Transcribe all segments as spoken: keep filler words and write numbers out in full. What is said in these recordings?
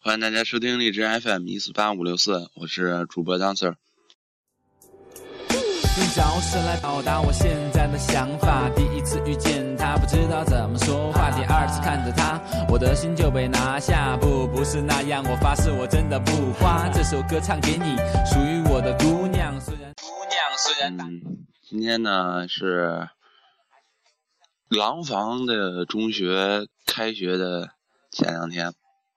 欢迎大家收听荔枝 F M 一四八五六四，我是主播当 Sir。 用脚声来表达我现在的想法。第一次遇见他，不知道怎么说话；第二次看着他，我的心就被拿下。不，不是那样，我发誓我真的不花。这首歌唱给你，属于我的姑娘。虽然姑娘虽然大。 嗯，今天呢是廊坊的中学开学的前两天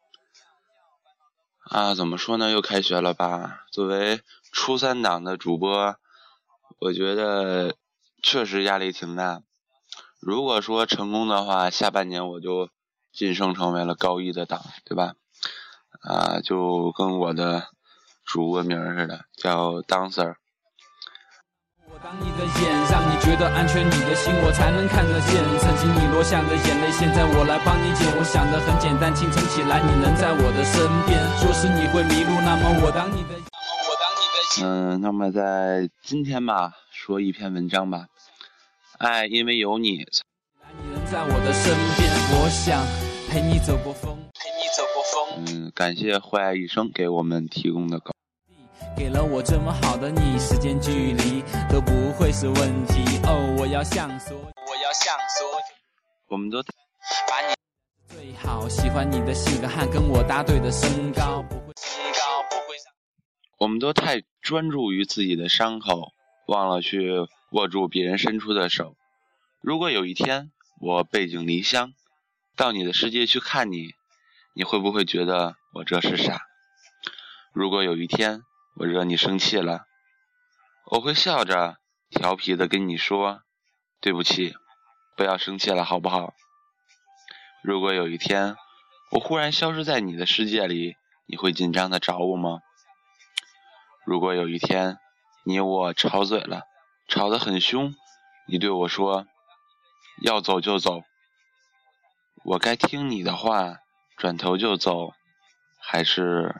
啊，怎么说呢？又开学了吧？作为初三党的主播，我觉得确实压力挺大。如果说成功的话，下半年我就晋升成为了高一的党，对吧？啊，就跟我的主播名似的，叫当 Sir。 我当你的眼，让你觉得安全，你的心我才能看得见。曾经你落下的眼泪，现在我来帮你捡。我想得很简单，清晨起来你能在我的身边。若是你会迷路，那么我当你的，那么我当你的。 嗯，那么在今天吧，说一篇文章吧。爱，因为有你。 你能在我的身边，我想陪你走过风，陪你走过风。 嗯，感谢坏爱一生给我们提供的稿。 给了我这么好的你，时间距离都不会是问题。哦，我要向所有，我要向所有， 我们都把你最好，喜欢你的性格和跟我搭对的身高，不会身高不会上。 我们都太专注于自己的伤口，忘了去握住别人伸出的手。如果有一天我背井离乡，到你的世界去看你，你会不会觉得我这是傻？如果有一天我惹你生气了，我会笑着调皮的跟你说，对不起，不要生气了好不好？如果有一天我忽然消失在你的世界里，你会紧张的找我吗？如果有一天你我吵嘴了，吵得很凶，你对我说要走就走，我该听你的话转头就走，还是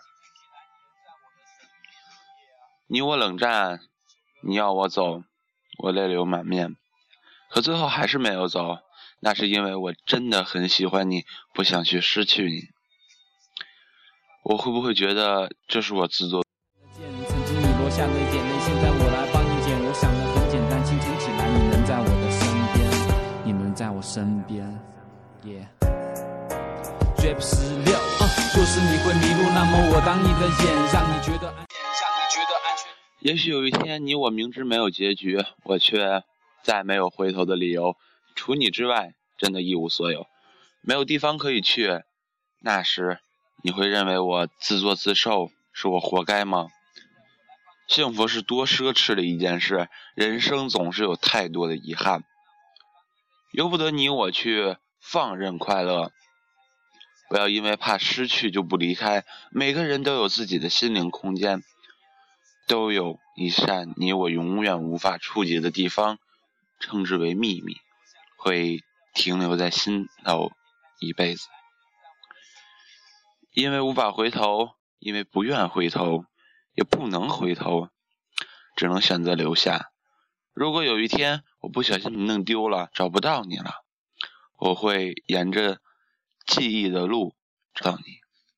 你我冷战，你要我走，我泪流满面，可最后还是没有走，那是因为我真的很喜欢你，不想去失去你。我会不会觉得这是我自作？ 曾经你落下的眼泪，现在我来帮你捡。我想的很简单，清晨起来你能在我的身边，你能在我身边。Yeah。Rap 十六，若是你会迷路，那么我当你的眼，让你觉得安，让你觉得安全。 也许有一天你我明知没有结局，我却再没有回头的理由，除你之外真的一无所有，没有地方可以去。那时你会认为我自作自受，是我活该吗？幸福是多奢侈的一件事，人生总是有太多的遗憾，由不得你我去放任快乐。不要因为怕失去就不离开，每个人都有自己的心灵空间，都有一扇你我永远无法触及的地方，称之为秘密，会停留在心头一辈子。因为无法回头，因为不愿回头，也不能回头，只能选择留下。如果有一天我不小心弄丢了，找不到你了，我会沿着记忆的路找你。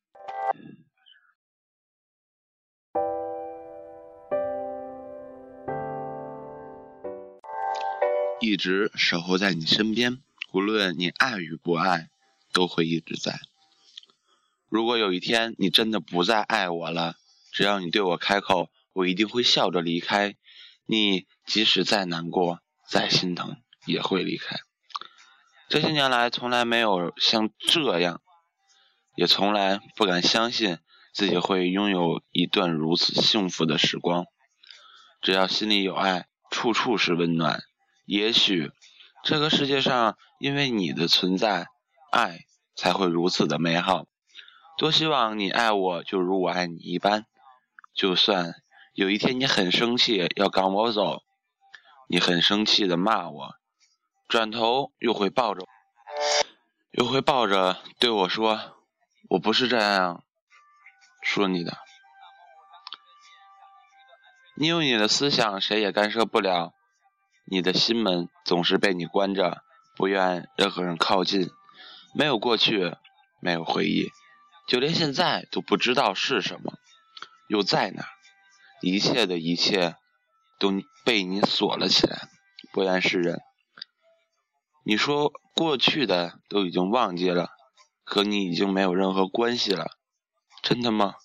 一直守候在你身边，无论你爱与不爱，都会一直在。如果有一天你真的不再爱我了，只要你对我开口，我一定会笑着离开。你即使再难过再心疼也会离开。这些年来从来没有像这样，也从来不敢相信自己会拥有一段如此幸福的时光。只要心里有爱，处处是温暖。也许这个世界上因为你的存在，爱才会如此的美好。多希望你爱我就如我爱你一般，就算有一天你很生气要赶我走，你很生气的骂我，转头又会抱着又会抱着对我说，我不是这样说你的。你有你的思想，谁也干涉不了，你的心门总是被你关着，不愿任何人靠近。没有过去，没有回忆， 就连现在都不知道是什么，又在哪儿，一切的一切都被你锁了起来，不谙世人。你说过去的都已经忘记了，和你已经没有任何关系了，真的吗？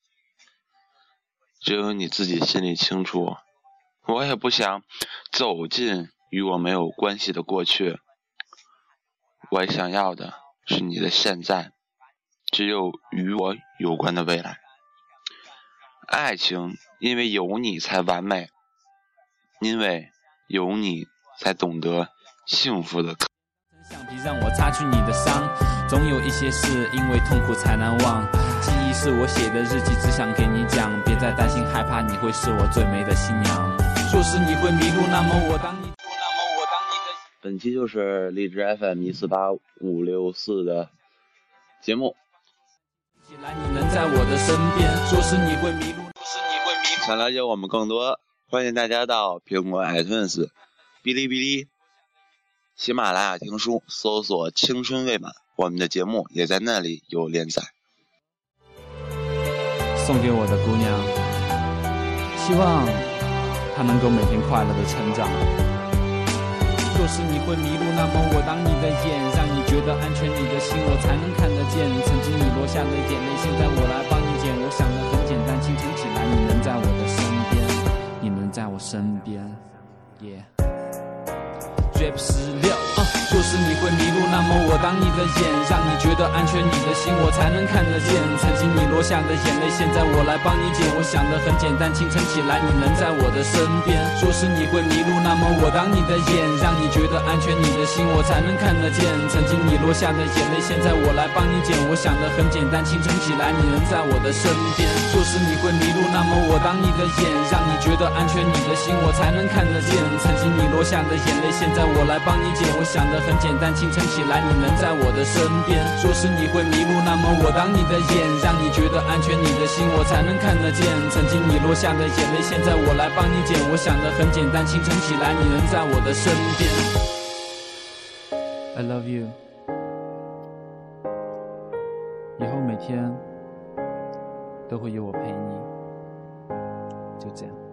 只有你自己心里清楚。我也不想走进与我没有关系的过去，我想要的是你的现在，只有与我有关的未来。爱情因为有你才完美，因为有你才懂得幸福的可橡皮让我擦去你的伤，总有一些事因为痛苦才难忘。记忆是我写的日记，只想给你讲，别再担心害怕，你会是我最美的新娘。若是你会迷路，那么我当你那么我当你的。 本期就是荔枝 F M 一四八五六四的节目。 起来，你能在我的身边。说是你会迷路，说是你会迷路。 想了解我们更多，欢迎大家到苹果 iTunes、哔哩哔哩、喜马拉雅听书搜索青春未满，我们的节目也在那里有连载。 送给我的姑娘，希望她能够每天快乐的成长。若是你会迷路，那么我当你的眼，让你觉得安全，你的心我才能看得见。曾经你落下的眼泪，现在我来帮你捡。我想的很简单，清晨起来，你能在我的身边，你能在我身边。Yeah。Rap 十六，呃，若是你会迷路，那么我当你的眼，让你觉得安全，你的心我才能看得见。曾经你落下的眼泪，现在我来帮你捡。我想的很简单，清晨起来，你能在我的身边。若是你会迷路，那么我当你的眼，让你觉得安全，你的心我才能看得见。曾经你落下的眼泪，现在我来帮你捡。我想的很简单，清晨起来，你能在我的身边。若是你会迷路，那么我当你的眼，让你觉得安全，你的心我才能看得见。曾经你落下的眼泪，现在我来帮你捡。我想的很简单，清晨起来，你能在我的身边。若是你会迷路，那么我当你的眼，让你觉得安全，你的心我才能看得见。曾经你落下的眼泪，现在我来帮你捡。我想的很简单，清晨起来，你能在我的身边。I love you。以后每天都会有我陪你，就这样。